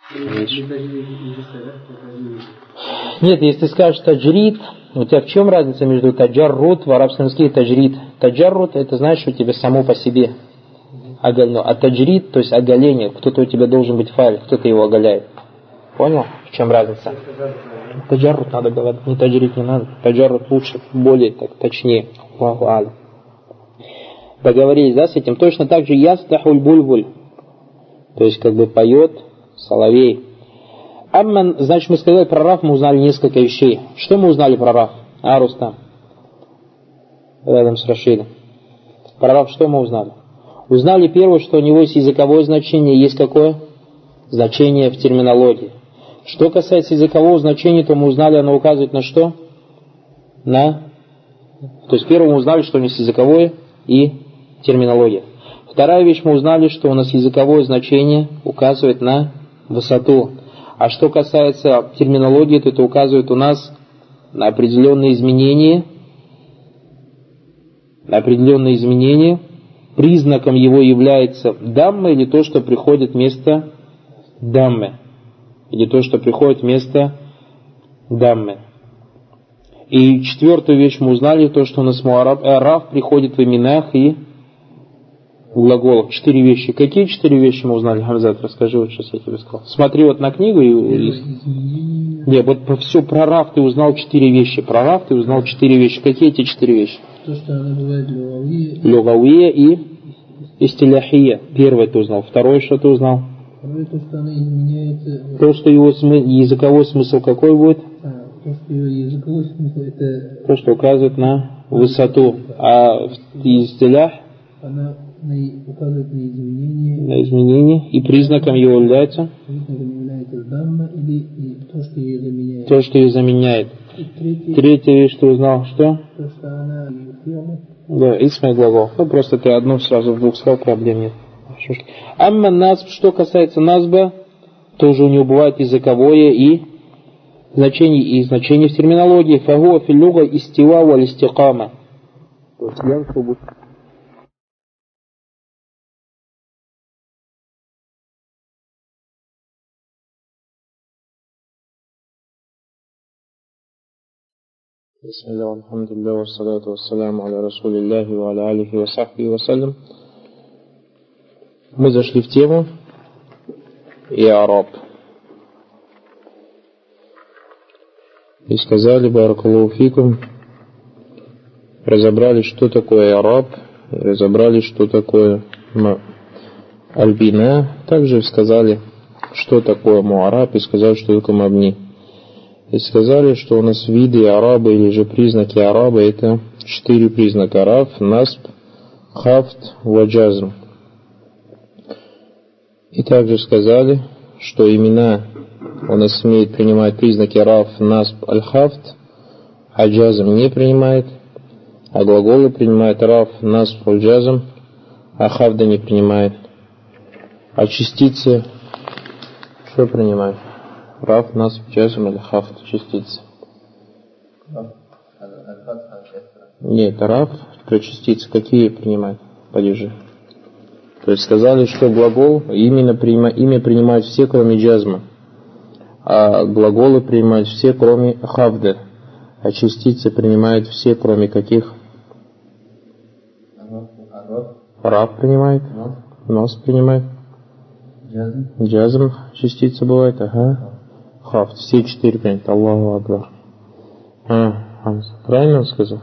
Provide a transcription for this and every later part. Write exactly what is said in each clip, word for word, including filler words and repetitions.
Нет, если ты скажешь таджрид, у тебя в чем разница между таджаррут в арабском языке и таджрид? Таджаррут это значит, что у тебя само по себе оголено, а таджрид, то есть оголение, кто-то у тебя должен быть файль, кто-то его оголяет. Понял? В чем разница? Таджаррут надо говорить, не таджрид не надо. Таджаррут лучше, более так, точнее. Аллаху алям. Договорились, да, с этим? Точно так же ястахуль бульбуль, то есть как бы поет соловей. Амман, значит, мы сказали про Раф, мы узнали несколько вещей. Что мы узнали про Раф? А, Рустам? Рядом с Рашидом. Про Раф что мы узнали? Узнали первое, что у него есть языковое значение, есть какое? Значение в терминологии. Что касается языкового значения, то мы узнали, оно указывает на что? На... То есть первое мы узнали, что у нас языковое и терминология. Вторая вещь, мы узнали, что у нас языковое значение указывает на высоту. А что касается терминологии, то это указывает у нас на определенные изменения, на определенные изменения. Признаком его является дамма или то, что приходит вместо даммы. Или то, что приходит вместо даммы. И четвертую вещь мы узнали, то, что у нас раф приходит в именах и в глаголах. Четыре вещи. Какие четыре вещи мы узнали, Хамзат? Расскажи, вот сейчас я тебе сказал. Смотри вот на книгу и... Нет, вот все про раф ты узнал четыре вещи. Про раф ты узнал четыре вещи. Какие эти четыре вещи? То, что она бывает люгавия. Люгавия и истиляхия. Первое ты узнал. Второе, что ты узнал? Второе, то, что она изменяется... То, что его смы... языковой смысл какой будет? А, то, что его языковой смысл это... То, что указывает на высоту. А истилях? Она указывает на изменение. На изменение. И признаком его является? Признаком является дамма или то, что ее заменяет. То, что ее заменяет. Третье, Третья вещь, ты узнал, что? То, что она... Да, исм и глагол. Ну, просто ты одну сразу в двух сказал, проблем нет. Амма насб, что касается насба, тоже у него бывает языковое и значение, и значение в терминологии. Фагуа филлюга истива валь истикама. То есть янсубу. Бисмилля, алхамдулилля, вассалату вассаляму аля расулиллахи ва аля алихи ва сахбихи вассалям. Мы зашли в тему «И'раб». И сказали, баракаллаху фикум, разобрали, что такое «И'раб», разобрали, что такое «Аль-бина», также сказали, что такое «Му'араб», и сказали, что такое «Мабни». И сказали, что у нас виды араба или же признаки араба это четыре признака: раф, насб, хафт, ваджазм. И также сказали, что имена у нас имеют принимать признаки раф, насб, аль-хафт, а джазм не принимает, а глаголы принимают раф, насб, аль-джазм, а хафда не принимает. А частицы что принимают? Раф, насб, джазм или хафт, частицы. Нет, раф, про частицы какие принимают? Падежи. То есть сказали, что глагол, именно принима, имя принимают все, кроме джазма. А глаголы принимают все, кроме хафда. А частицы принимают все, кроме каких? Раф принимает, нос принимает. Джазм частица бывает, ага. Хафт, все четыре принимают. Аллаху акбар. А, Хамза, правильно он сказал?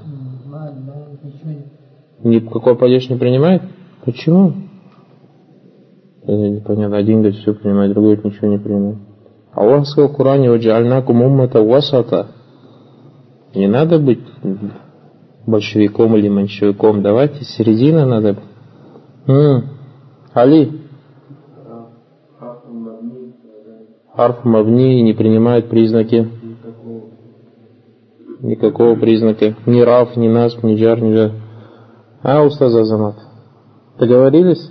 Никакой падеж не принимает? Почему? Это непонятно. Один говорит, все принимает, другой говорит, ничего не принимает. Аллах сказал в Коране: «Ваджа'альнакум уммата васата». Не надо быть большевиком или меньшевиком. Давайте середина надо быть. М-м. Али. Харф мабни не принимает признаки. Никакого признака. Ни раф, ни насб, ни джар, ни джар. А, устаз Азамат, договорились?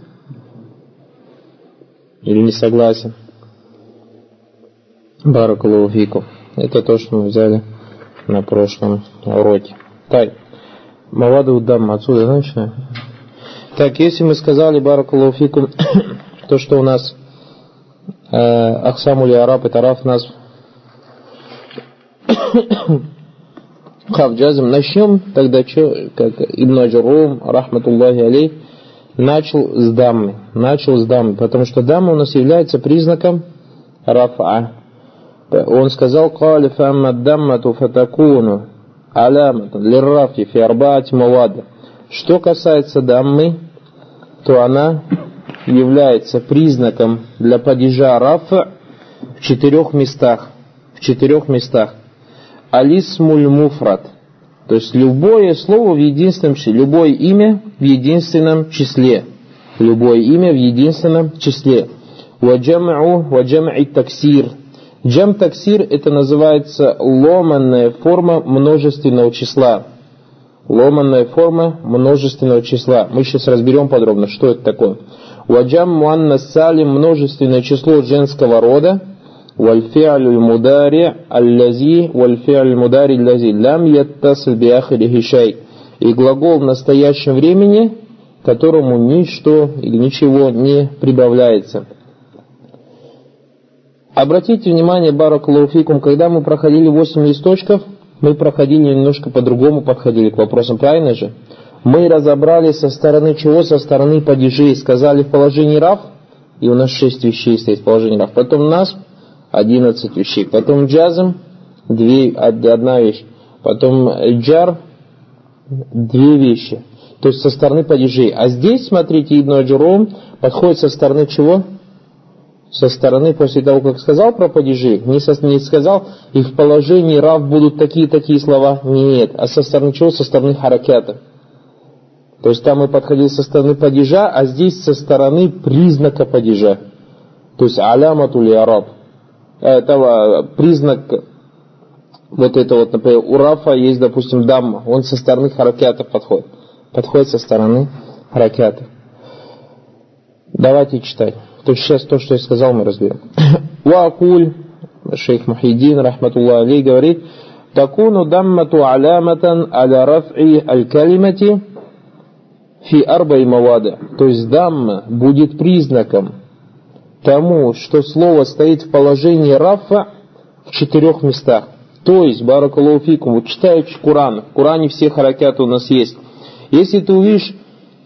Или не согласен? Баракаллаху фикум. Это то, что мы взяли на прошлом уроке. Так, Маваду Дамм, отсюда начинаем. Так, если мы сказали, баракаллаху фикум, то, что у нас Ахсаму ли араб, это раф назв. Хав джазм. Начнем тогда, что, как Ибн Аджуррум, рахматуллахи алейх, начал с даммы. Начал с даммы, потому что дамма у нас является признаком рафа. Он сказал: «Кали фамма даммату фатакуну аляматан лиррафи фи арбаати мавад». Что касается даммы, то она является признаком для падежа рафа в четырех местах. В четырех местах. Алисмуль муфрад, то есть любое слово в единственном числе, любое имя в единственном числе, любое имя в единственном числе. Ваджам'у ваджам'и таксир. Джам таксир — это называется ломанная форма множественного числа. Ломанная форма множественного числа. Мы сейчас разберем подробно, что это такое. Ваджам муаннас салим — множественное число женского рода. والفعل المضارع الذي والفعل المضارع الذي لم يتصل بآخره شيء. И глагол в настоящем времени, которому ничто или ничего не прибавляется. Обратите внимание, баракаллаху фикум, когда мы проходили восемь листочков, мы проходили немножко по-другому, подходили к вопросам, правильно же? Мы разобрали со стороны чего? Со стороны падежей. Сказали в положении раф, и у нас шесть вещей стоит в положении раф. Потом нас одиннадцать вещей. Потом джазм, две, одна вещь. Потом джар, две вещи. То есть со стороны падежей. А здесь, смотрите, Ибн Аджуррум подходит со стороны чего? Со стороны, после того, как сказал про падежи, не, со, не сказал, и в положении рав будут такие-такие слова. Нет. А со стороны чего? Со стороны харакята. То есть там мы подходили со стороны падежа, а здесь со стороны признака падежа. То есть алямату ли араб. Этого признак, вот это вот, например, у рафа есть, допустим, дамма, он со стороны харакята подходит. Подходит со стороны харакята. Давайте читать. То есть сейчас то, что я сказал, мы разберем. Уакуль, шейх Мухиддин, рахматуллах алей, говорит: такуну даммату аляматан аля раф'i аль-калимати фи арбаи мавада. То есть дамма будет признаком тому, что слово стоит в положении рафа в четырех местах. То есть, баракаллаху фикум, вот читаешь Коран, в Коране все харакяты у нас есть. Если ты увидишь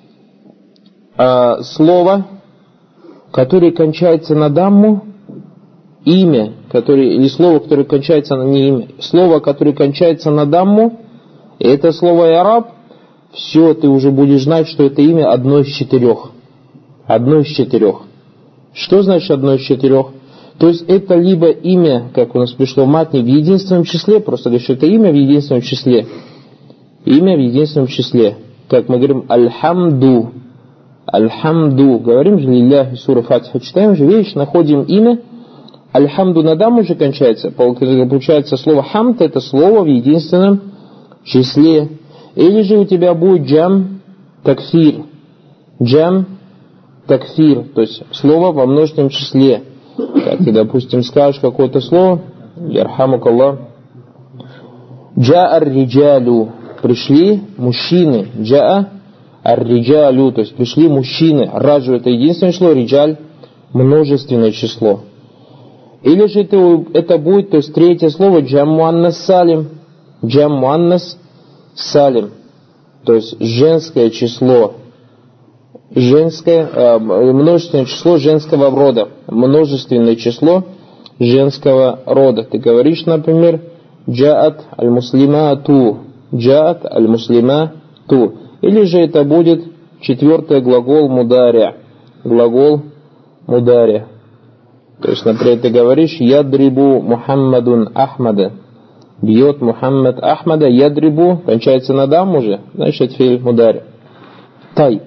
э, слово, которое кончается на дамму, имя, которое, или слово, которое кончается на не имя, слово, которое кончается на дамму, это слово «араб», все, ты уже будешь знать, что это имя одно из четырех. Одно из четырех. Что значит одно из четырех? То есть это либо имя, как у нас пришло в матне, в единственном числе, просто говорит, что это имя в единственном числе. Имя в единственном числе. Как мы говорим «Аль-хамду». «Аль-хамду». Говорим же «Лилляхи» сура Фатиха. Читаем же, видишь, находим имя. «Аль-хамду» на дам уже кончается. Получается слово «хамд» — это слово в единственном числе. Или же у тебя будет «джам такфир». «Джам такфир», то есть слово во множественном числе. Как ты, допустим, скажешь какое-то слово, ярхамукаллах, джа ар-риджалю, пришли мужчины, джа ар-риджалю, то есть пришли мужчины. Раджу — это единственное число, риджаль — множественное число. Или же это, это будет, то есть третье слово, джам муаннас салим, джам муаннас салим, то есть женское число. Женское, э, множественное число женского рода. Множественное число женского рода. Ты говоришь, например, джаат аль-муслимату. Джаат аль-муслимату. Или же это будет четвертый глагол мударя. Глагол мударя. То есть, например, ты говоришь ядрибу Мухаммадун Ахмада. Бьет Мухаммад Ахмада. Ядрибу кончается на дам уже. Значит, филь мударя. Тай.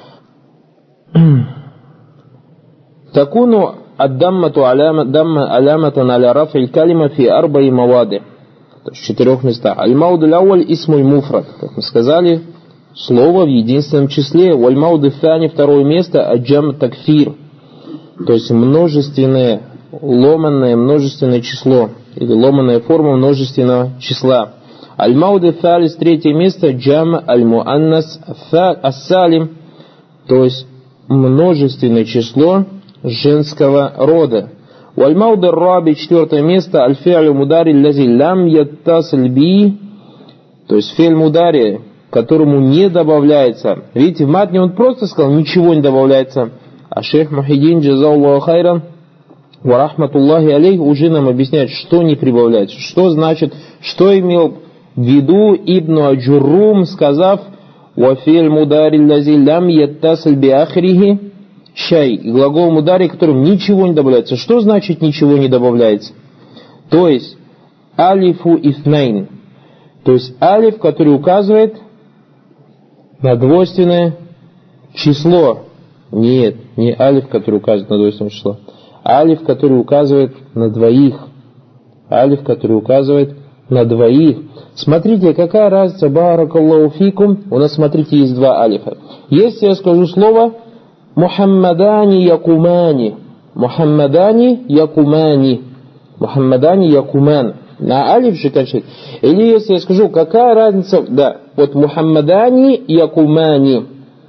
Такуну аддаммату аляматан аля раф'иль калима фи арбаи мавади. В четырех местах. Аль-маудуль ауаль исмуль муфрад. Как мы сказали, слово в единственном числе. Валь-маудуль фани, второе место, аджам такфир. То есть множественное, ломанное множественное число. Или ломанная форма множественного числа. Аль-маудуль фалис, третье место, джам аль-муаннас ас-салим. То есть множественное число женского рода. Валь-маудер раби, четвертое место, аль-фи'лю мудари лази лям яттасль би, то есть фи'ль мудари, которому не добавляется. Видите, в матне он просто сказал, ничего не добавляется. А шейх Мухиддин, джазаллаху хайран, ва рахматуллахи алейх, уже нам объясняет, что не прибавляется. Что значит, что имел в виду Ибн Аджуррум, сказав, ва фи'ль мудари лази лям яттасль би ахрихи, шай, глагол мудари, которым ничего не добавляется. Что значит ничего не добавляется? То есть алифу ифнайн. То есть алиф, который указывает на двойственное число. Нет, не алиф, который указывает на двойственное число. Алиф, который указывает на двоих. Алиф, который указывает на двоих. Смотрите, какая разница, баракаллаху фикум. У нас, смотрите, есть два алифа. Если я скажу слово Мухаммадани якумани. Мухаммадани якумани. Мухаммадани якуман. На алиф же кончает. Или если я скажу, какая разница, да, вот Мухаммадани якумани.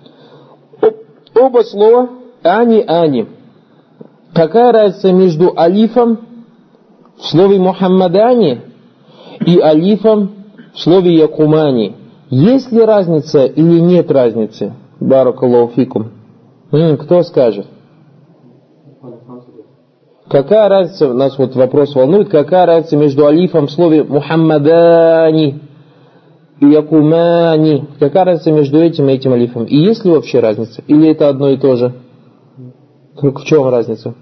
Оба слова ани-ани. Какая разница между алифом в слове Мухаммадани и алифом в слове якумани? Есть ли разница или нет разницы? Баракаллаху фикум. М, кто скажет? Какая разница, нас вот вопрос волнует, какая разница между алифом в слове Мухаммадани и якумани? Какая разница между этим и этим алифом? И есть ли вообще разница? Или это одно и то же? В чем разница?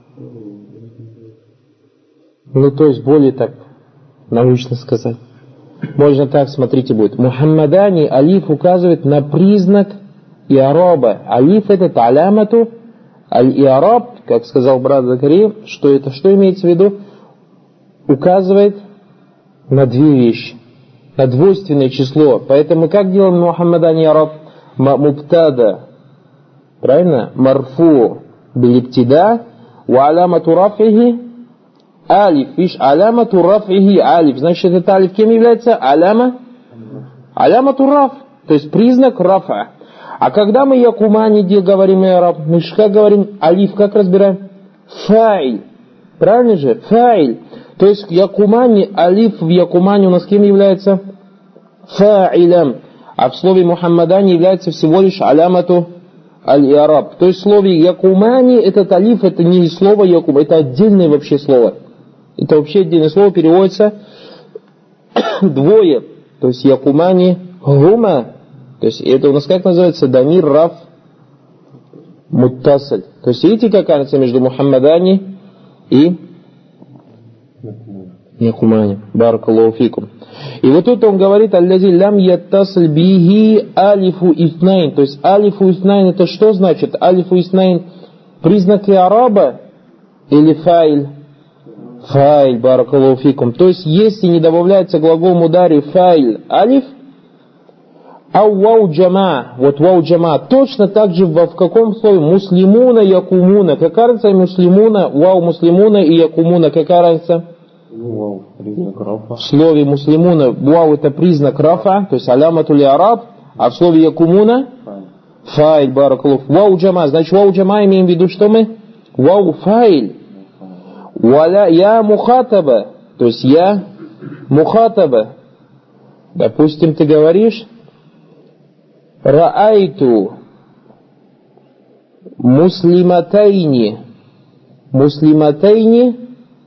Ну, то есть, более так, научно сказать. Можно так, смотрите, будет. Мухаммадани, алиф указывает на признак иараба. Алиф этот алямату аль-иараб, как сказал брат Закария, что это, что имеется в виду? Указывает на две вещи. На двойственное число. Поэтому как делаем Мухаммадани иараб? Мубтада. Правильно? Марфу билибтида. Ва алямату рафихи алиф. Видишь, алямату рафихи алиф. Значит, этот алиф кем является? Аляма? Алямату раф. То есть признак рафа. А когда мы якумани говорим иараб, мы же как говорим алиф, как разбираем? Файль. Правильно же? Файль. То есть якумани, алиф в якумани у нас кем является? Фаилям. А в слове Мухаммадани является всего лишь алямату аль-иараб. То есть в слове якумани этот алиф, это не слово якум, это отдельное вообще слово. Это вообще отдельное слово, переводится двое. То есть якумани гума. То есть это у нас как называется? Дамир раф муттасаль. То есть видите, какая разница между Мухаммадани и якумани. Баракаллаху фикум. И вот тут он говорит, аллази лям яттасль бихи алифу ифнайн. То есть алифу ифнайн это что значит? Алифу ифнайн признак иараба или файль? Файль, баракаллаху фикум. То есть если не добавляется глагол мудари файль алиф, а вау джама, вот вау джама, точно так же в, в каком слове? Муслимуна якумуна. Какая разница муслимуна, вау муслимуна и якумуна? Какая разница? Вау, признак рафа. В слове муслимуна вау это признак рафа, то есть аляматуль араб, а в слове якумуна файль, баракалуф. Вау джама, значит вау джама имеем в виду что мы? Вау файль. Валя я мухатаба, то есть я мухатаба. Допустим, ты говоришь раайту муслиматайни, муслиматайни,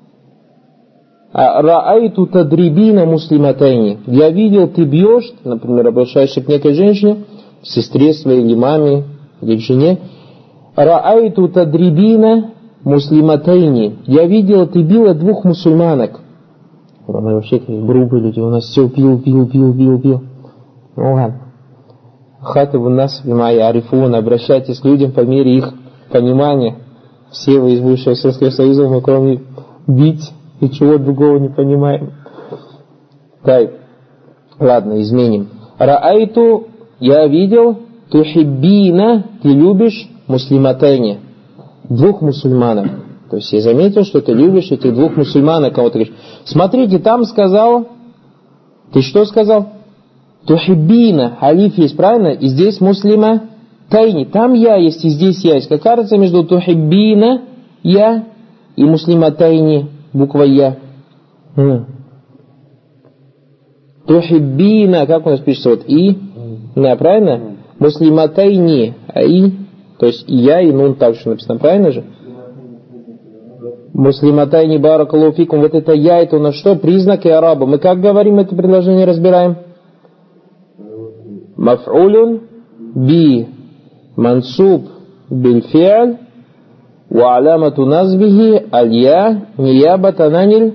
раайту тадрибина муслиматайни. Я видел, ты бьешь, например, обращаешься к некой женщине, сестре своей или маме, или жене. Раайту тадрибина муслиматайни. Я видел, ты била двух мусульманок. Мы вообще грубые люди, у нас все пил, пил, пил, пил, пил. Ну ладно. Хатыбу нас вимай арифун, обращайтесь к людям по мере их понимания. Все вы из бывшего Советского Союза, мы кроме бить и чего другого не понимаем. Так, ладно, изменим. Раайту, я видел, тухиббина, ты любишь муслиматайни, двух мусульманок. То есть я заметил, что ты любишь этих двух мусульманок, кого ты говоришь. Смотрите, там сказал, ты что сказал? Тухиббина, алиф есть, правильно? И здесь муслима тайни. Там я есть и здесь я есть. Какая разница между тухиббина я и муслиматайни буква я? Тухиббина, как у нас пишется? Вот и, да, правильно? Муслиматайни, а и, то есть и я, и нун также написано, правильно же? Муслиматайни баракаллаху фикум, вот это я, это у нас что? Признаки араба. Мы как говорим это предложение, разбираем? Маф'улюн би мансуб биль фи'аль ва алямату назбихи аль-я ниябатан аниль.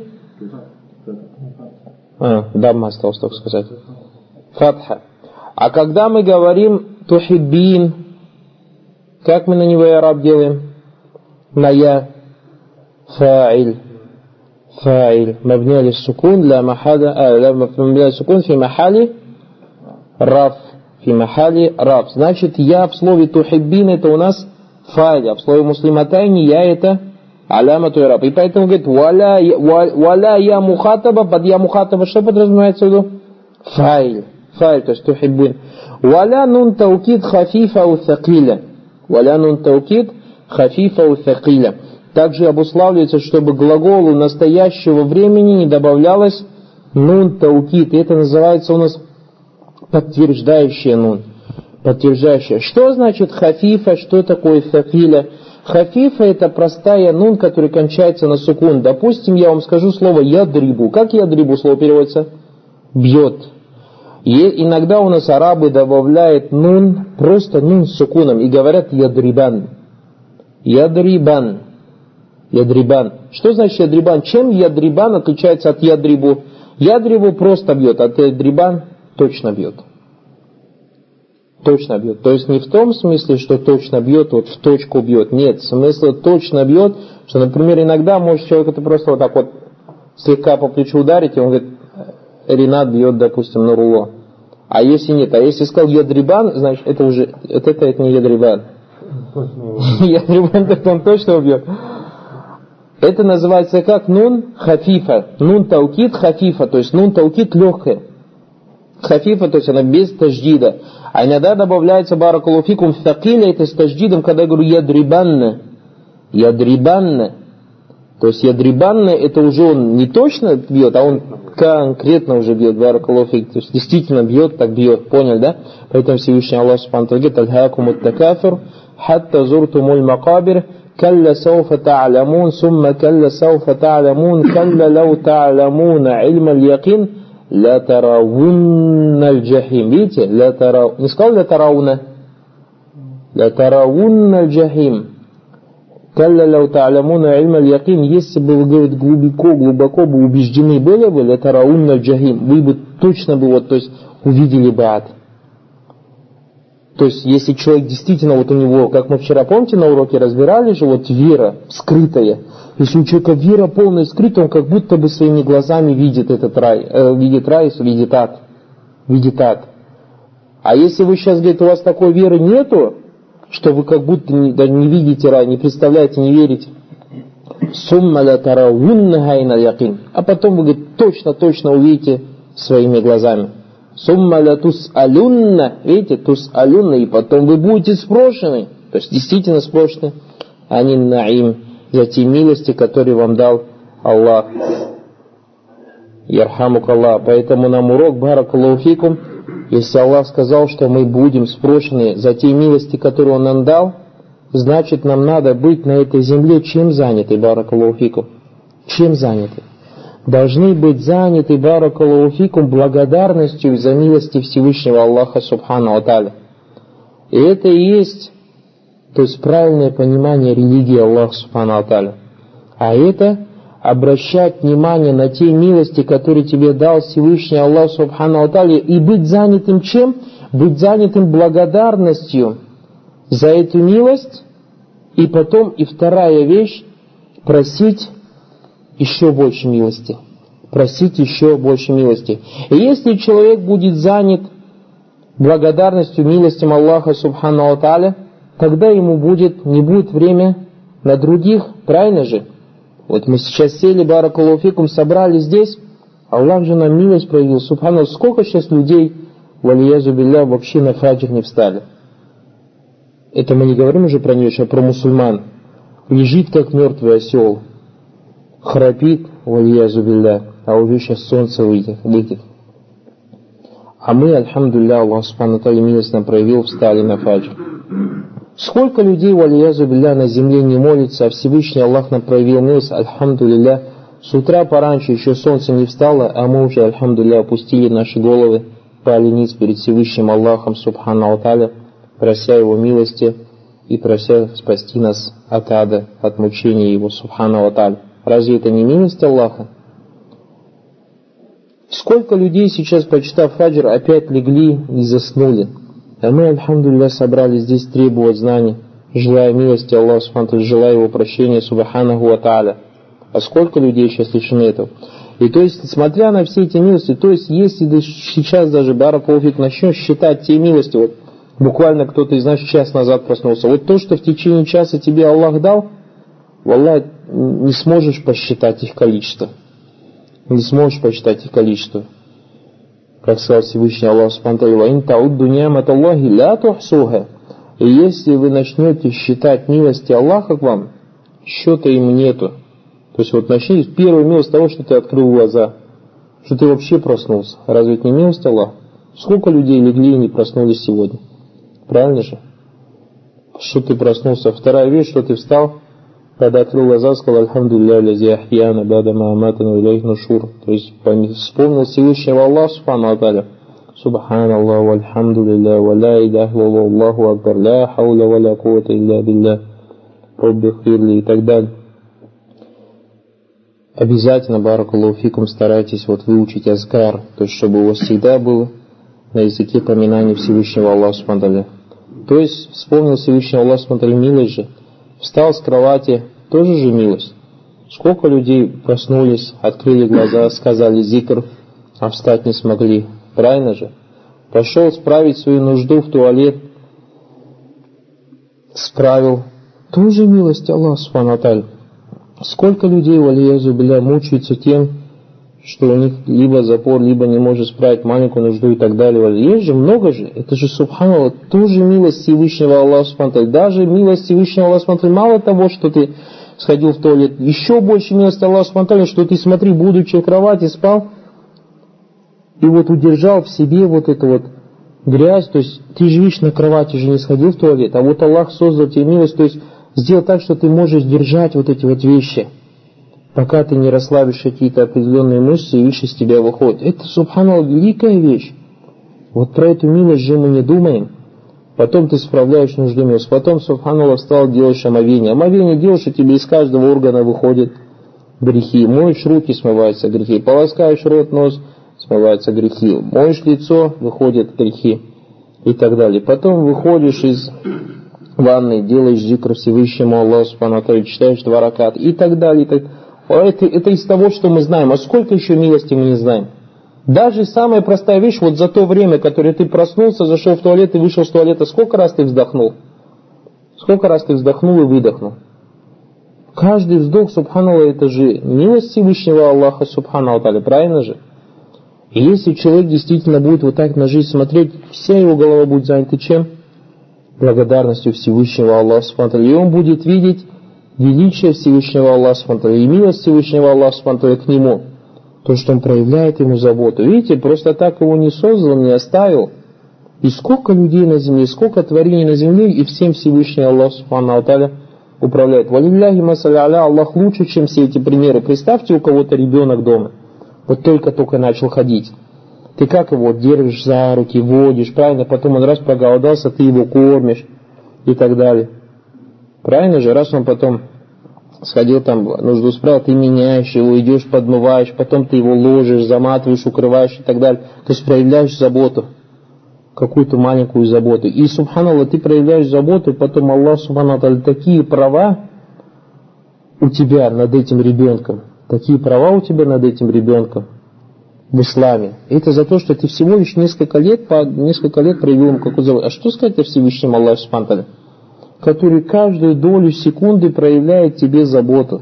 А, дамма осталось только сказать. Фатха. А когда мы говорим тухиббин, как мы на него араб делаем? На я. فاعل فاعل مبني للسكون لا محل آه لا مبني للسكون في محل رفع في محل رفع. Значит, я в слове тухиббин это у нас фаиль, а в слове муслиматайни я это алямату ираб. И поэтому говорит валя, валя я мухатаба, под я мухатаба что подразумевается в виду? Фаиль, фаиль, то есть тухиббин. Валя нун таукид хафифа у thaqila. Валя нун таукид хафифа у thaqila. Также обуславливается, чтобы глаголу настоящего времени не добавлялось нун таукид. И это называется у нас подтверждающее нун. Подтверждающее. Что значит хафифа? Что такое thaqila? Хафифа это простая нун, которая кончается на сукун. Допустим, я вам скажу слово ядрибу. Как ядрибу слово переводится? Бьет. И иногда у нас арабы добавляют нун, просто нун с сукуном, и говорят ядрибан. Ядрибан. Ядрибан. Что значит ядрибан? Чем ядрибан отличается от ядрибу? Ядрибу просто бьет, а ядрибан точно бьет. Точно бьет. То есть не в том смысле, что точно бьет, вот в точку бьет. Нет, смысл точно бьет, что, например, иногда может человек это просто вот так вот слегка по плечу ударить, и он говорит, Ренат бьет, допустим, на руло. А если нет, а если сказал ядрибан, значит это уже, это, это, это не ядрибан. Ядрибан, так он точно убьет. Это называется как нун хафифа. Нун таукид хафифа, то есть нун таукид легкая. Хафифа, то есть она без таждида. А иногда добавляется баракаллаху фикум thaqila, это с таждидом, когда я говорю ядрибанна. Ядрибанна. То есть ядрибанна, это уже он не точно бьет, а он конкретно уже бьет. Баракаллаху фик. То есть действительно бьет, так бьет. Понял, да? Поэтому Всевышний Аллах субхану ва тааля говорит: «Альхаакумут такафур, хатта зуртумуль макабир». كلا سوف تعلمون ثم كلا سوف تعلمون كلا لو تعلمون علم اليقين لا ترون الجحيم. Видите? لا ترى... Не сказал لا ترون. لا ترون الجحيم. كلا لو تعلمون علم اليقين. Если бы вы, говорит, глубоко, глубоко бы убеждены были бы, لا ترون الجحيم. Вы бы точно бы вот, то есть увидели бы ад. То есть, если человек действительно, вот у него, как мы вчера, помните, на уроке разбирали же, вот вера скрытая. Если у человека вера полная скрытая, он как будто бы своими глазами видит этот рай, э, видит рай, видит ад. Видит ад. А если вы сейчас, говорит, у вас такой веры нету, что вы как будто не, даже не видите рай, не представляете, не верите. Сумма ля тараууннаха инал якин. А потом вы, говорит, точно-точно увидите своими глазами. Сумма ля тус'алюнна, видите, тус'алюнна, и потом вы будете спрошены, то есть действительно спрошены, ани наим, за те милости, которые вам дал Аллах. Ярхамук Аллах. Поэтому нам урок, баракаллаху фикум, если Аллах сказал, что мы будем спрошены за те милости, которые Он нам дал, значит нам надо быть на этой земле чем заняты, баракаллаху фикум? Чем заняты? Должны быть заняты, баракаллаху фикум, благодарностью за милости Всевышнего Аллаха субхану ва тааля. И это и есть, то есть правильное понимание религии Аллаха субхану ва тааля. А это обращать внимание на те милости, которые тебе дал Всевышний Аллах субхану ва тааля, и быть занятым чем? Быть занятым благодарностью за эту милость, и потом, и вторая вещь, просить еще больше милости. Просить еще больше милости. И если человек будет занят благодарностью, милостям Аллаха субхану ва тааля, тогда ему будет, не будет время на других, правильно же? Вот мы сейчас сели, баракаллаху фикум, собрались здесь, Аллах же нам милость проявил, субхану. Сколько сейчас людей, валиязу билля, вообще на фаджр не встали? это мы не говорим уже про нее, а про мусульман, лежит как мертвый осел, храпит, вальязу билля, а уже сейчас солнце выйдет, выйдет. А мы, альхамдулилля, Аллах субхану тааля милость нам проявил, встали на фаджр. Сколько людей, вальязу билля, на земле не молится, а Всевышний Аллах нам проявил милость, альхамдулилля. С утра пораньше еще солнце не встало, а мы уже, альхамдулилля, опустили наши головы, пали ниц перед Всевышним Аллахом субхану тааля, прося Его милости и прося спасти нас от ада, от мучения Его субхану тааля. Разве это не милость Аллаха? Сколько людей сейчас, прочитав фаджр, опять легли и заснули. А мы, альхамдулилля, собрались здесь требовать знаний, желая милости Аллаха субхану тааля, желая Его прощения субханаху ва тааля. А сколько людей сейчас лишены этого? И то есть, смотря на все эти милости, то есть, если ты сейчас даже, баракаллаху, начнешь считать те милости, вот буквально кто-то из нас час назад проснулся, вот то, что в течение часа тебе Аллах дал, валлах, не сможешь посчитать их количество. Не сможешь посчитать их количество. Как сказал Всевышний Аллах субхану тааля: «Ва ин таудду ни'маталлахи ля тухсуха». И если вы начнете считать милости Аллаха к вам, счета им нету. То есть вот начни с первой милости того, что ты открыл глаза, что ты вообще проснулся. Разве это не милость Аллаха? Сколько людей легли и не проснулись сегодня? Правильно же? Что ты проснулся? Вторая вещь, что ты встал, когда открыл глаза, сказал: «Альхамдулилля, лази ахьяна, бада мааматана, илайх нушур». То есть вспомнил Всевышнего Аллаха субхану тааля. Субханаллах, вальхамдулилля, ва ля иляха илlallah, Аллаху акбар, ля хауля ва ля куввата илля билля, робби хфирли и так далее. Обязательно, баракаллаху фикум, старайтесь вот выучить азкар, то есть чтобы у вас всегда был на языке поминания Всевышнего Аллаха субхану тааля. То есть вспомнил Всевышнего Аллаха субхану тааля, милость же, встал с кровати, тоже же милость. Сколько людей проснулись, открыли глаза, сказали зикр, а встать не смогли. Правильно же? Пошел справить свою нужду в туалет, справил. Тоже милость Аллаха субхану тааля. Сколько людей, валиязу билля, мучаются тем, что у них либо запор, либо не может справить маленькую нужду и так далее. Есть же, много же. Это же, субханаллах, тоже милость Всевышнего Аллаха субхану тааля. Даже милость Всевышнего Аллаха субхану тааля, мало того, что ты сходил в туалет, еще больше милость Аллаха субхану тааля, что ты, смотри, будучи в кровати, спал, и вот удержал в себе вот эту вот грязь, то есть ты же видишь, на кровати же не сходил в туалет, а вот Аллах создал тебе милость, то есть сделал так, что ты можешь держать вот эти вот вещи, пока ты не расслабишь какие-то определенные мышцы, и вещи из тебя выходят. Это, субханаллах, великая вещь. Вот про эту милость же мы не думаем. Потом ты справляешь нужду милость. Потом, субханаллах, встал, делаешь омовение. Омовение делаешь, и тебе из каждого органа выходят грехи. Моешь руки, смываются грехи. Полоскаешь рот, нос, смываются грехи. Моешь лицо, выходят грехи. И так далее. Потом выходишь из ванной, делаешь зикр Всевышнему Аллаху субхану тааля, читаешь два раката и так далее. И так. Это, это из того, что мы знаем. А сколько еще милости мы не знаем? Даже самая простая вещь, вот за то время, которое ты проснулся, зашел в туалет и вышел с туалета, сколько раз ты вздохнул? Сколько раз ты вздохнул и выдохнул? Каждый вздох, субханаллах, это же милость Всевышнего Аллаха субхану тааля, правильно же? И если человек действительно будет вот так на жизнь смотреть, вся его голова будет занята чем? Благодарностью Всевышнего Аллаха субхану тааля. И он будет видеть величие Всевышнего Аллаха субхану тааля и милость Всевышнего Аллаха субхану тааля к нему. То, что он проявляет ему заботу. Видите, просто так его не создал, не оставил. И сколько людей на земле, сколько творений на земле, и всем Всевышний Аллах субхану тааля управляет. Валилляхи масалли аля, Аллах лучше, чем все эти примеры. Представьте, у кого-то ребенок дома, вот только-только начал ходить. Ты как его держишь за руки, водишь, правильно? Потом он раз проголодался, ты его кормишь и так далее. Правильно же? Раз он потом сходил там, нужду справил, ты меняешь его, идешь, подмываешь, потом ты его ложишь, заматываешь, укрываешь и так далее. То есть проявляешь заботу, какую-то маленькую заботу. И, субханаллах, ты проявляешь заботу, и потом Аллах, субханаллах, такие права у тебя над этим ребенком, такие права у тебя над этим ребенком в исламе. Это за то, что ты всего лишь несколько лет, по несколько лет проявил ему какую-то заботу. А что сказать о Всевышнем Аллахе субхану тааля, который каждую долю секунды проявляет тебе заботу?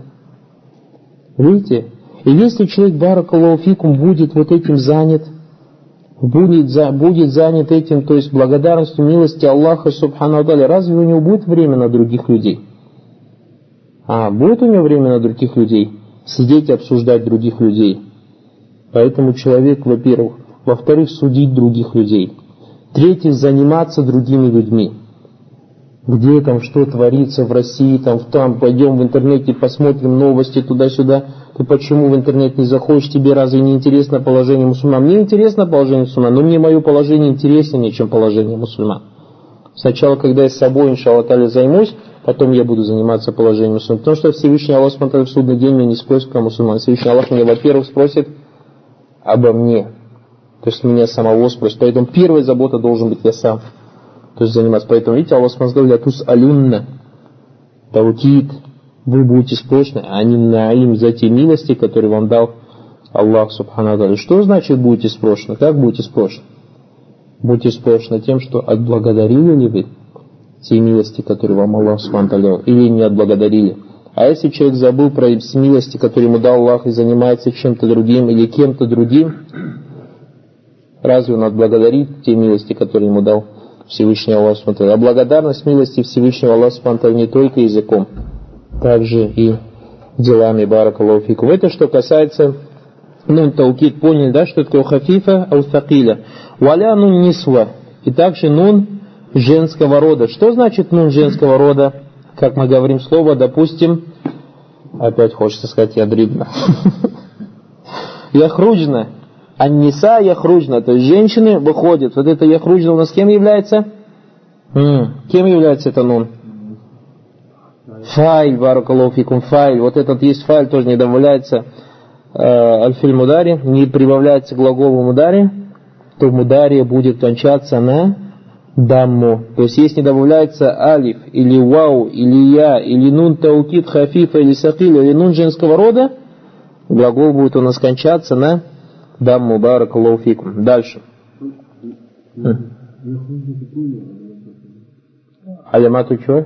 Видите? И если человек, баракаллаху фикум, будет вот этим занят, будет, за, будет занят этим, то есть благодарностью милости Аллаха Субхану ва Тааля, разве у него будет время на других людей? А будет у него время на других людей? Сидеть и обсуждать других людей. Поэтому человек, во-первых, во-вторых, судить других людей. В-третьих, заниматься другими людьми. Где там что творится в России, там, там пойдем в интернете, посмотрим новости туда-сюда. Ты почему в интернет не заходишь, тебе разве не интересно положение мусульман? Мне интересно положение мусульман, но мне мое положение интереснее, чем положение мусульман. Сначала, когда я с собой, иншаллах та'аля, займусь, потом я буду заниматься положением мусульман. Потому что Всевышний Аллах в судный день меня не спросит про мусульман. Всевышний Аллах меня, во-первых, спросит обо мне. То есть меня самого спросит. Поэтому первая забота должен быть я сам. То есть заниматься. Поэтому, видите, Аллах сказал, «Тус алюнна таукид». Вы будете спрошены, а не наим за те милости, которые вам дал Аллах Субхану ва Тааля. Что значит будете спрошены? Как будете спрошены? Будете спрошены тем, что отблагодарили ли вы те милости, которые вам Аллах Субхану ва Тааля дал, или не отблагодарили. А если человек забыл про милости, которые ему дал Аллах, и занимается чем-то другим или кем-то другим, разве он отблагодарит те милости, которые ему дал Всевышний Аллах Субхану ва Тааля? А благодарность милости Всевышнего Аллаха Субхану ва Тааля не только языком, также и делами. Баракаллаху фикум. Это что касается нун таукид. Поняли, да, что такое хафифа ау thaqila. Валя нун нисва. И также нун женского рода. Что значит нун женского рода? Как мы говорим слово, допустим, опять хочется сказать ядрибна. Яхруджна. Анниса яхруджна. То есть женщины выходят. Вот это яхруджна у нас кем является? М-м. Кем является это нун? Файль, баракаллаху фикум, файль. Вот этот есть файль, тоже не добавляется э, аль-филь мудари, не прибавляется глаголу мудари, то мудари будет кончаться на дамму. То есть если не добавляется алиф, или вау, или я, или нун таукид, хафифа, или сакил, или нун женского рода, глагол будет у нас кончаться на дамму. Баракаллаху фикум. Дальше. Алямату что?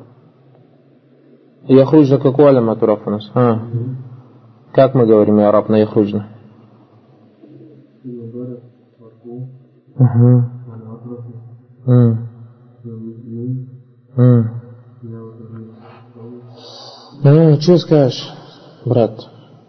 Яхруджна какой алямат ураф у нас? А. Как мы говорим араб на яхруджна? Угу. Ну, что скажешь, брат?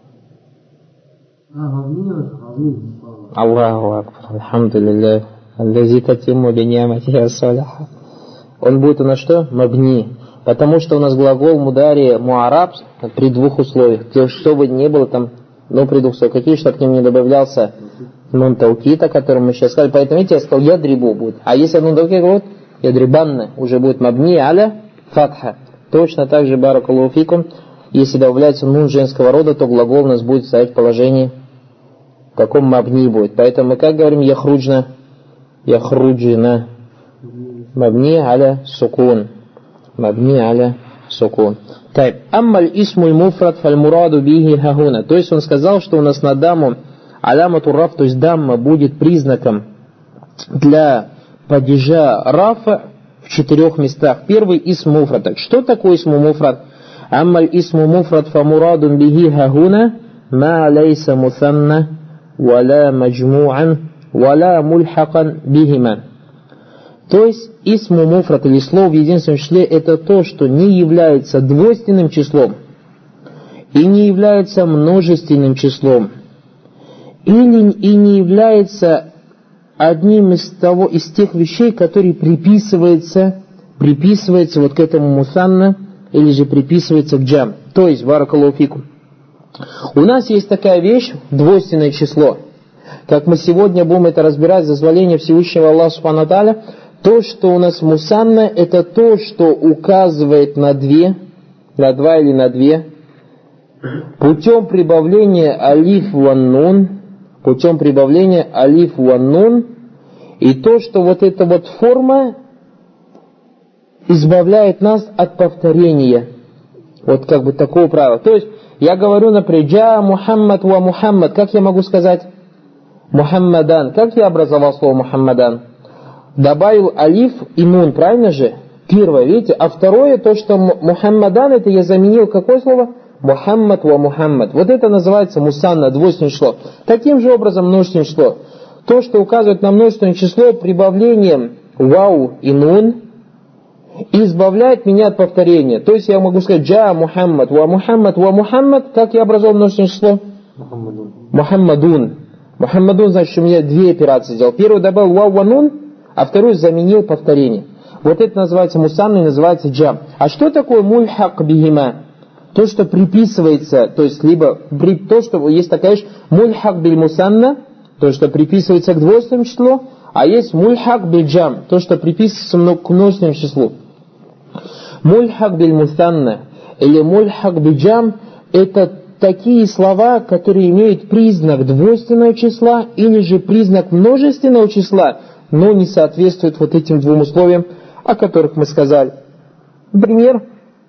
Аллаху акбар, алхамдулилля, аллази татимму би ни'матихи ас-салиха. Он будет у нас что? Мабни. Потому что у нас глагол мудари муараб при двух условиях. Что бы ни было там, ну, при двух условиях. Какие, чтобы к ним не добавлялся нун таукита, о котором мы сейчас сказали. Поэтому, видите, я сказал, ядрибу будет. А если нун таукита будет, ядрибанна, уже будет мабни аля фатха. Точно так же, баракаллаху фикум, если добавляется нун женского рода, то глагол у нас будет стоять в положении, в каком мабни будет. Поэтому мы как говорим, яхруджна, яхруджина, мабни аля сукун. Мабни аля сукун. Тайб. Аммаль исмуль муфрад фаль мураду бихи хахуна. То есть он сказал, что у нас на даму алямату раф, то есть дамма будет признаком для падежа рафа в четырех местах. Первый исм муфрад. Так, что такое исм муфрад? Аммаль исму муфрад фа мурадун бихи хахуна ма лейса мусанна валя маджму'ан валя мульхакан бихима. То есть исму муфрад или слово в единственном числе это то, что не является двойственным числом и не является множественным числом или и не является одним из того из тех вещей, которые приписывается приписывается вот к этому мусанна или же приписывается к джам. То есть баракаллаху фикум. У нас есть такая вещь, двойственное число. Как мы сегодня будем это разбирать, дозволение Всевышнего Аллаха Субхану ва Тааля. То, что у нас мусанна, это то, что указывает на две, на два или на две, путем прибавления алиф ван нун, путем прибавления алиф ван нун, и то, что вот эта вот форма избавляет нас от повторения. Вот как бы такого правила. То есть, я говорю, например, джа Мухаммад ва Мухаммад, как я могу сказать? Мухаммадан. Как я образовал слово Мухаммадан? Добавил алиф и нун, правильно же? Первое, видите? А второе, то, что Мухаммадан, это я заменил какое слово? Мухаммад ва Мухаммад. Вот это называется мусанна, двойственное число. Таким же образом множественное число. то, что указывает на множественное число прибавлением вау и нун, избавляет меня от повторения. То есть я могу сказать джа Мухаммад, ва Мухаммад, ва Мухаммад, как я образовал множественное число? Мухаммадун. Мухаммадун. Мухаммадун, значит, у меня две операции сделал. Первую добавил вау ва нун, а вторую заменил повторение. Вот это называется мусанна и называется джам. А что такое мульхак бихима? То, что приписывается, то есть либо то, что есть такая вещь, мульхак биль мусанна, то, что приписывается к двойственному числу, а есть мульхак биль джам, то, что приписывается к множественному числу. Мульхак биль мусанна или мульхак биль джам — это такие слова, которые имеют признак двойственного числа или же признак множественного числа, но не соответствуют вот этим двум условиям, о которых мы сказали. Например,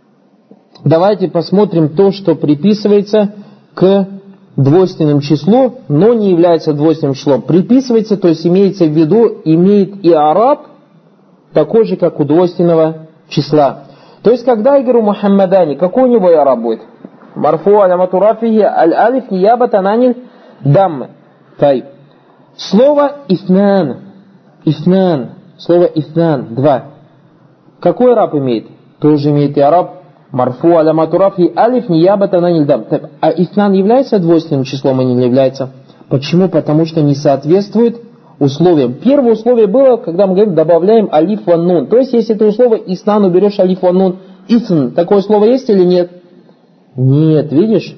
давайте посмотрим то, что приписывается к двойственному числу, но не является двойственным числом. Приписывается, то есть имеется в виду, имеет и араб такой же, как у двойственного числа. То есть, когда я говорю Мухаммадани, какой у него и араб будет? Марфу алямату рафихи аль-алиф ниябатан аниль даммы. Тай. Слово ифнан. Ифнан. Слово ифнан. Два. Какой араб имеет? Тоже имеет и араб. Марфу алямату рафихи алиф ниябатан аниль дам. А ифнан является двойственным числом или не является? Почему? Потому что не соответствует условиям. Первое условие было, когда мы говорим, добавляем алиф ван нун. То есть, если ты условие ифнан уберешь алиф ван нун, ифн, такое слово есть или нет? Нет, видишь?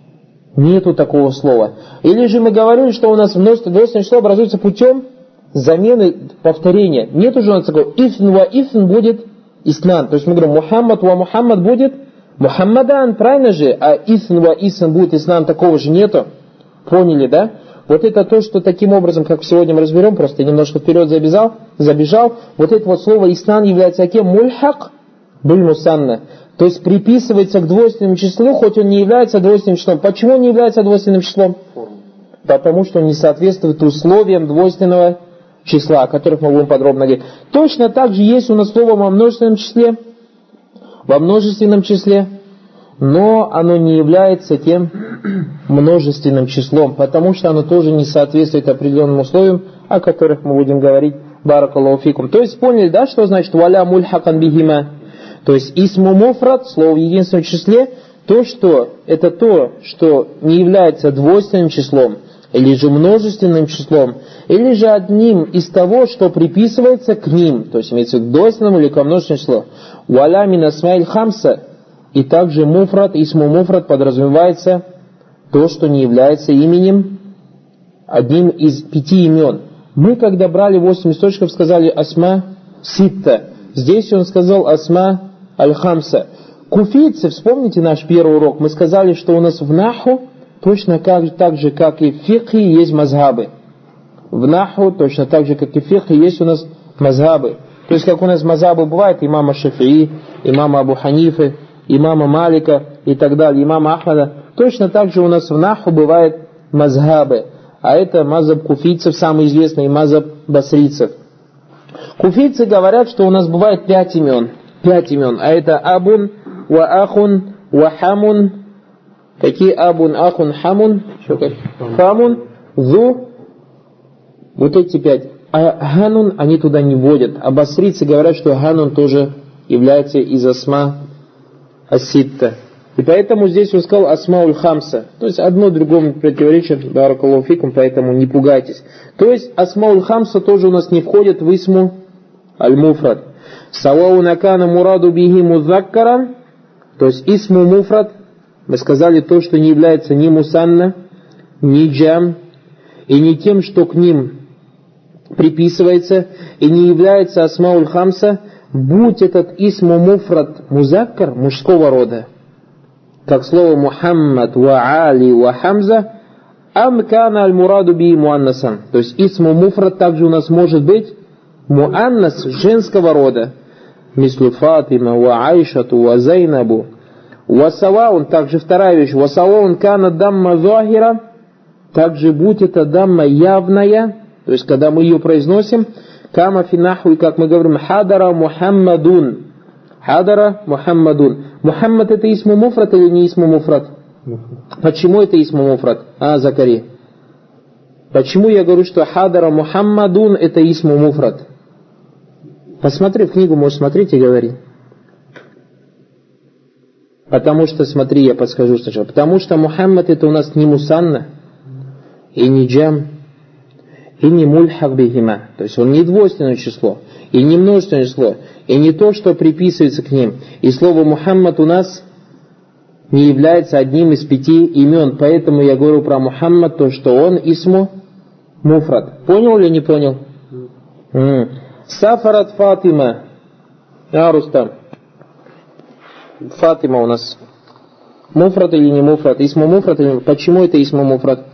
Нету такого слова. Или же мы говорили, что у нас множественное число образуется путем замены повторения. Нет уже у нас такого. Ифн ва ифн будет ифнан. То есть мы говорим, Мухаммад ва Мухаммад будет Мухаммадан, правильно же? А ифн ва ифн будет ифнан, такого же нету. Поняли, да? Вот это то, что таким образом, как сегодня мы разберем, просто немножко вперед забежал, забежал. Вот это вот слово ифнан является каким? Мульхак биль мусанна. То есть приписывается к двойственному числу, хоть он не является двойственным числом. Почему он не является двойственным числом? Потому что он не соответствует условиям двойственного числа, о которых мы будем подробно говорить. Точно так же есть у нас слово во множественном числе, во множественном числе, но оно не является тем множественным числом, потому что оно тоже не соответствует определенным условиям, о которых мы будем говорить. Баракаллаху фикум. То есть поняли, да, что значит валя мульхакан бихима? То есть исму муфрад, слово в единственном числе, то, что это то, что не является двойственным числом, или же множественным числом, или же одним из того, что приписывается к ним, то есть имеется к двойственному или к множественному числу. Валя мин асмаиль хамса, и также муфрад, исму муфрад подразумевается то, что не является именем, одним из пяти имен. Мы, когда брали восемь источников, сказали асма ситта. Здесь он сказал асма аль-хамса. Куфийцы, вспомните наш первый урок, мы сказали, что у нас в наху, точно как, так же, как и в фикхе, есть мазхабы. В наху, точно так же, как и в фикхе, есть у нас мазхабы. То есть, как у нас мазхабы бывают, имама Шафии, имама Абу Ханифы, имама Малика и так далее, имама Ахмада, точно так же у нас в наху бывают мазхабы. А это мазхаб куфийцев, самый известный мазхаб басрийцев. Куфийцы говорят, что у нас бывает пять имен. Пять имен. А это абун, ва ахун, ва хамун. Какие абун, ахун, хамун? Еще как? Хамун, зу. Вот эти пять. А ханун они туда не вводят. А басрийцы говорят, что ханун тоже является из асма аситта. И поэтому здесь он сказал асмауль хамса. То есть одно другому противоречит, баракаллаху фикум, поэтому не пугайтесь. То есть асмауль хамса тоже у нас не входит в исму аль-муфрад. Савау накана мураду бихи музаккаран. То есть исму муфрад, мы сказали то, что не является ни мусанна, ни джам, и не тем, что к ним приписывается, и не является асмауль хамса, будь этот исму муфрад музаккар мужского рода, как слово Мухаммад, ва Али, ва Хамза, амкана аль-мураду би муаннасан. То есть исму муфрад также у нас может быть муаннас женского рода. Мислу Фатима, ва Айшату, ва Зайнабу. Ва саваун, также вторая вещь, ва саваун кана дамма захира, также будь это дамма явная, то есть когда мы ее произносим, кама финаху, и как мы говорим, хадара Мухаммадун. Хадара Мухаммадун. Мухаммад это исму муфрад или не исму муфрад? Почему это исму муфрад? А, Закари. Почему я говорю, что хадара Мухаммадун это исму муфрад? Посмотри в книгу, можешь смотреть и говори. Потому что, смотри, я подскажу сначала. Потому что Мухаммад это у нас не мусанна, и не джам, и не мульхак бихима. То есть он не двойственное число, и не множественное число, и не то, что приписывается к ним. И слово Мухаммад у нас не является одним из пяти имен. Поэтому я говорю про Мухаммад, то, что он исму муфрад. Понял или не понял? М-м. Сафарат Фатима. А, Рустам. Фатима у нас. Муфрад или не муфрад? Исму муфрад или... Почему это исму муфрад?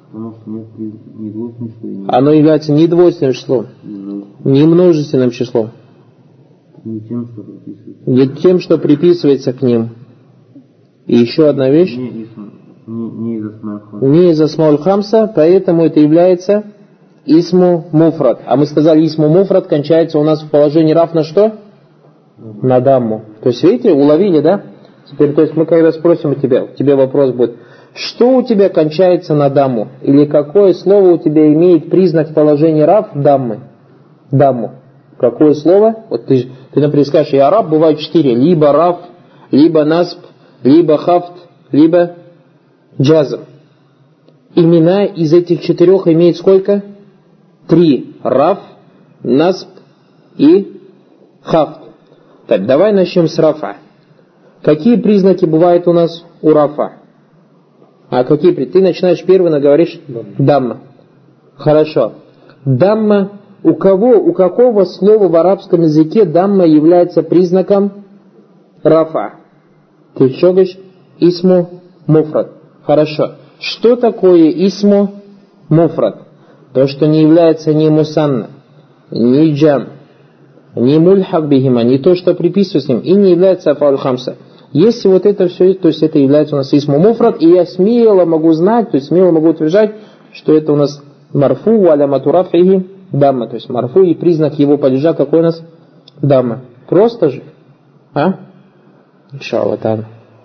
Оно является не двойственным числом, не множественным числом. Не тем, что приписывается. Не тем, что приписывается к ним. И еще одна вещь. Не, не, не из Асмауль-Хамса. Не из Асмауль-Хамса, поэтому это является исму муфрад. А мы сказали, исму муфрад кончается у нас в положении раф на что? На дамму. То есть, видите, уловили, да? Теперь, то есть мы когда спросим у тебя, у тебя вопрос будет, что у тебя кончается на дамму? Или какое слово у тебя имеет признак положения раф даммы? Дамму. Какое слово? Вот ты, ты например, скажешь, и араб бывает четыре. Либо раф, либо насб, либо хафт, либо джазм. Имена из этих четырех имеют сколько? Три. Раф, насб и хафт. Так, давай начнем с рафа. Какие признаки бывают у нас у рафа? А какие признаки? Ты начинаешь первый, наговоришь дамма. Хорошо. Дамма, у кого, у какого слова в арабском языке дамма является признаком рафа? Ты что говоришь? Исму муфрад. Хорошо. Что такое исму муфрад? То, что не является ни мусанна, ни джам, ни мульхак бихима, не то, что приписывается с ним, и не является афаль хамса. Если вот это все, то есть это является у нас исму муфрад, и я смело могу знать, то есть смело могу утверждать, что это у нас марфу валя матурафихи дамма, то есть марфу и признак его падежа какой у нас? Дамма. Просто же? А? Иншаллах там.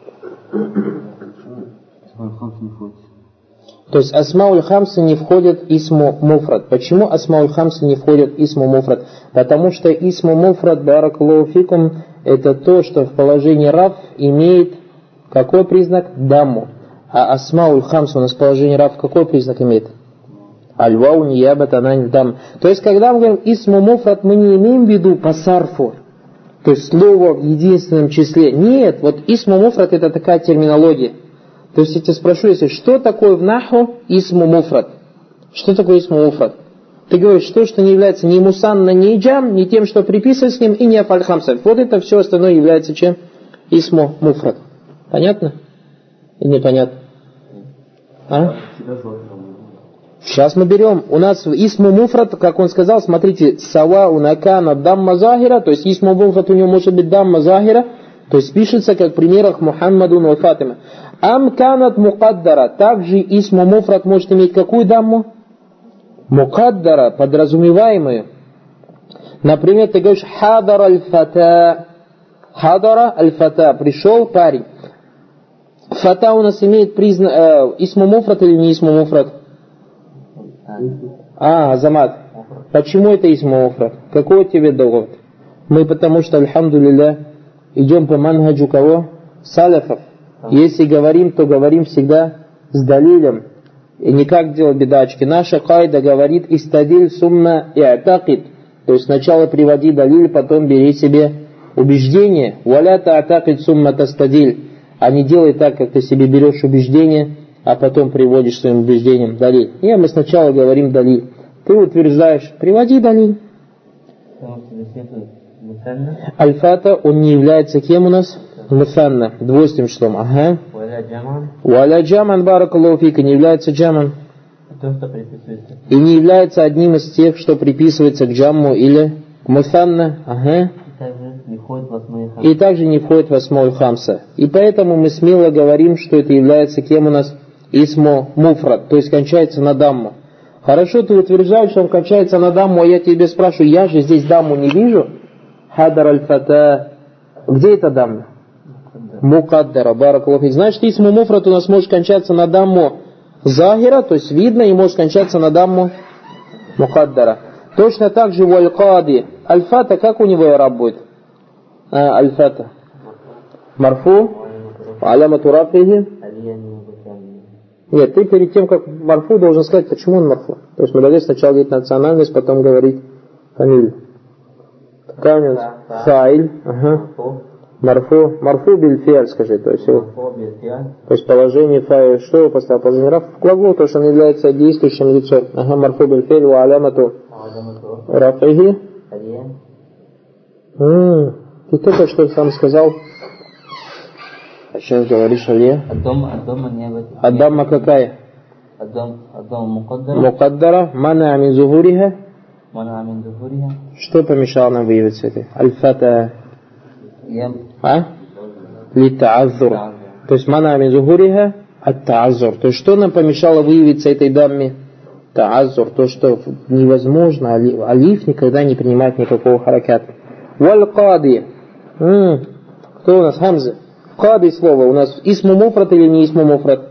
То есть асмауль хамса не входит исму муфрад. Почему асмауль хамса не входит исму муфрад? Потому что исму муфрад, баракаллаху фикум, это то, что в положении раф имеет какой признак? Дамму. А асмауль хамса у нас в положении раф какой признак имеет? Аль-вау ниябат анань дам. То есть когда мы говорим исму муфрад, мы не имеем в виду по сарфу, то есть слово в единственном числе. Нет, вот исму муфрад это такая терминология. То есть я тебя спрошу, если что такое в наху исму муфрад? Что такое исму муфрад? Ты говоришь, то, что не является ни мусанна, ни джам, ни тем, что приписывается к ним, и не афаль хамса. Вот это все остальное является чем? Исму муфрад. Понятно? Или непонятно? А? Сейчас мы берем. У нас исму муфрад, как он сказал, смотрите, сава унакана дамма захира, то есть исму муфрад у него может быть дамма захира, то есть пишется, как в примерах Мухаммаду и Фатима. Ам канат мукаддара. Также исму муфрад может иметь какую дамму? Мукаддара, подразумеваемую. Например, ты говоришь хадар аль-фата. Хадара аль-фата. Пришел парень. Фата у нас имеет признак э, исму муфрад или не исму муфрад? А, Азамат. Почему это исму муфрад? Какой тебе довод? Мы потому что, альхамдулилля, идем по манхаджу кого? Салафов. Если говорим, то говорим всегда с далилем. И не как делать бедачки. Наша кайда говорит истадиль сумма и'такид. То есть сначала приводи далиль, потом бери себе убеждение. Валя та'такид сумма тастадиль. А не делай так, как ты себе берешь убеждение, а потом приводишь своим убеждением далиль. Нет, мы сначала говорим далиль. Ты утверждаешь, приводи далиль. Аль-фата, он не является кем у нас? Муфанна, двойственным числом. Ага. Валя джаман баракаллаху фика, не является джаман. И не является одним из тех, что приписывается к джамму или к муфанна. Ага. И также не входит в асмауль хамса. И поэтому мы смело говорим, что это является кем у нас? Исму муфрад, то есть кончается на дамму. Хорошо, ты утверждаешь, что он кончается на дамму, а я тебе спрашиваю, я же здесь дамму не вижу. Хадар аль-фата. Где это дамма? Мукаддара, баракаллаху фик. Значит, исму муфрад у нас может кончаться на дамму захира, то есть видно, и может кончаться на дамму мукаддара. Точно так же валь-кади. Аль-фата, как у него ираб будет? А, аль-фата. Марфу. Алямату рафихи. Нет, ты перед тем, как марфу, должен сказать, почему он марфу. То есть мударрис сначала говорит национальность, потом говорит фамилию. Какая у нас? Фаиль. Ага. Марфу. Марфу биль-фиаль, скажи. То есть, то есть положение фаиль. Что его поставил? Положение раф в глагол, то что он является действующим лицом. Ага, марфу биль-фиаль ва алямату рафихи. Ты только что сам сказал. А сейчас говоришь алия. Аддамма какая? Мукаддара. Мана мин зухуриха. Что помешало нам выявить это? Аль-фата. А? Ли-та'аззур. То есть мана мин зухуриха ат-та'аззур. То есть что нам помешало выявиться этой дамме? Та'аззур. То, что невозможно. Алиф никогда не принимает никакого хараката. Валь-кади. Кто у нас? Хамза. Кади слово у нас исму муфрат или не исму муфрат?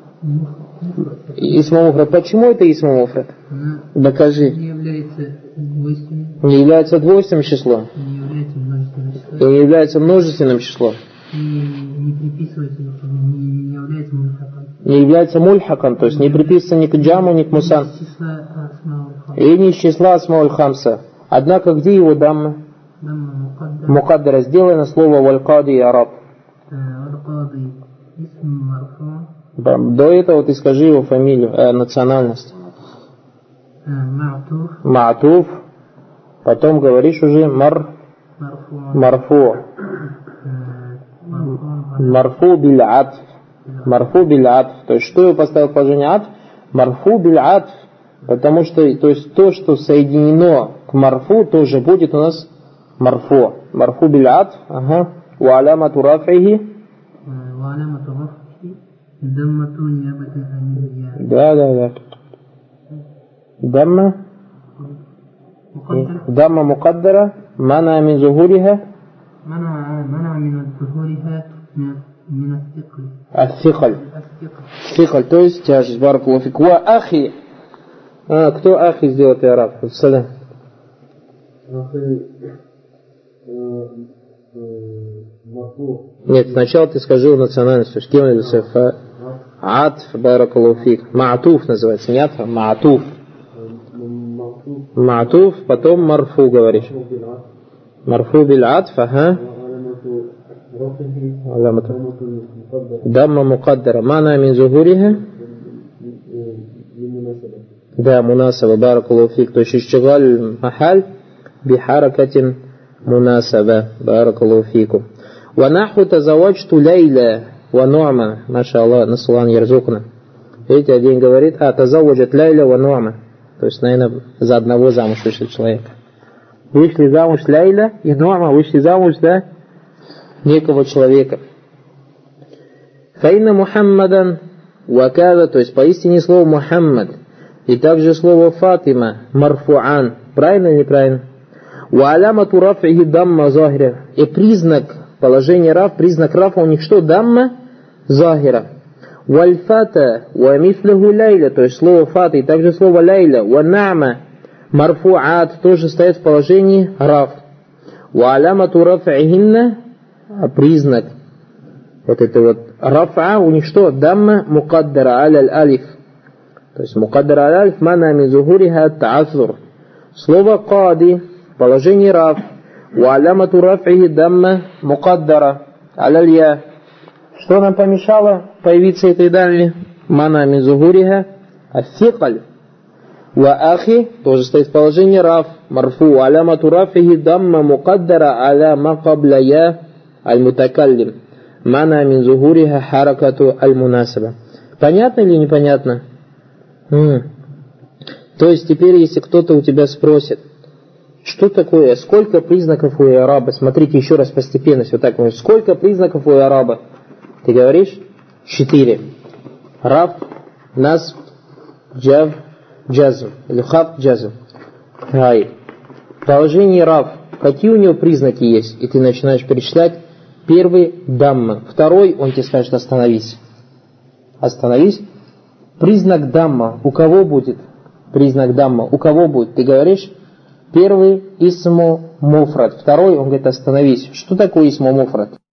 Исму муфрат. Почему это исму муфрат? Докажи. Не является двойственным. Не является двойственным числом. Не является множественным числом. И не является множественным числом. И не приписывается, не, не является мульхаком. Не является мульхаком, то есть не приписывается ни к джаму, ни к мусан. И не из числа асмауль хамса. Однако где его дамма? Мукаддара. Сделано слово валь-кади и араб. До этого ты скажи его фамилию, э, национальность. Ма'туф. Потом говоришь уже мар... марфу. Марфу биль-атф. Марфу биль-атф. То есть что я поставил положение атф? Марфу биль-атф. Потому что то, есть, то, что соединено к марфу, тоже будет у нас марфу. Марфу биль-атф. Ага. Ва алямату рафихи. Да, да, да. Дамма. Дамма мукаддара. Мана мин зухуриха. Мана мин зухуриха мин ас-сикаль. Сикаль, то есть тяжесть. Баракаллаху фик. Ва ахи. А, кто ахи сделал ты араб? Салям. Нет, сначала ты скажи его национальность. То есть кем является атф, баракаллаху фик. Ма'туф называется. Не атф, а ма'туф. Ма'туф, потом марфу говоришь. Марфу биль-атф, ага. Дамма мукаддара. Мана мин зухуриха. Да, мунасаба, баракаллаху фик. То есть ищигаль махаль бихаракатин мунасаба, баракаллаху фикум. Ва наху тазаваджту лейля ва ну'ма. Маша Аллах, насалан ярзукна. Видите, один говорит, а тазаваджат лейля ва ну'ма. То есть, наверное, за одного замуж вышли человек. Вышли замуж лейля и ну'ма, вышли замуж, да, некого человека. Фаинна Мухаммадан вакада, то есть поистине слово Мухаммад, и также слово Фатима, марфуан. Правильно или неправильно? Ва алямату рафихи дамма захира. И признак положения раф, признак рафа у них что? Дамма захира. Валь-фата ва мислаху лейля, то есть слово фата и также слово лейля. Ва нама марфуат тоже стоят в положении раф. Ва алямату рафихинна, признак вот это вот рафа у них что? Дамма мукаддара аль алиф. То есть мукаддара аль алиф мана мин зухуриха та'ассур. Слово кади, положение раф. Ва алямату рафихи дамма мукаддара аль аль-я. Что нам помешало появиться этой дамме? Мана мин зухуриха ас-сикаль. Ва ахи тоже стоит в положении раф. Марфу алямату рафихи дамма мукаддара аля ма кабля я аль-мутакаллим. Мана мин зухуриха харакату аль-мунасаба. Понятно или непонятно? М-м. То есть теперь, если кто-то у тебя спросит, что такое, сколько признаков у араба, смотрите еще раз постепенно, вот так, сколько признаков у араба? Ты говоришь? Четыре. Раб, насб, джав, джазм. Или хаб, джазм. Ай. Положение раб. Какие у него признаки есть? И ты начинаешь перечислять. Первый – дамма. Второй, он тебе скажет остановись. Остановись. Признак дамма. У кого будет? Признак дамма. У кого будет? Ты говоришь, первый исму муфрад. Второй, он говорит, остановись. Что такое исму муфрад?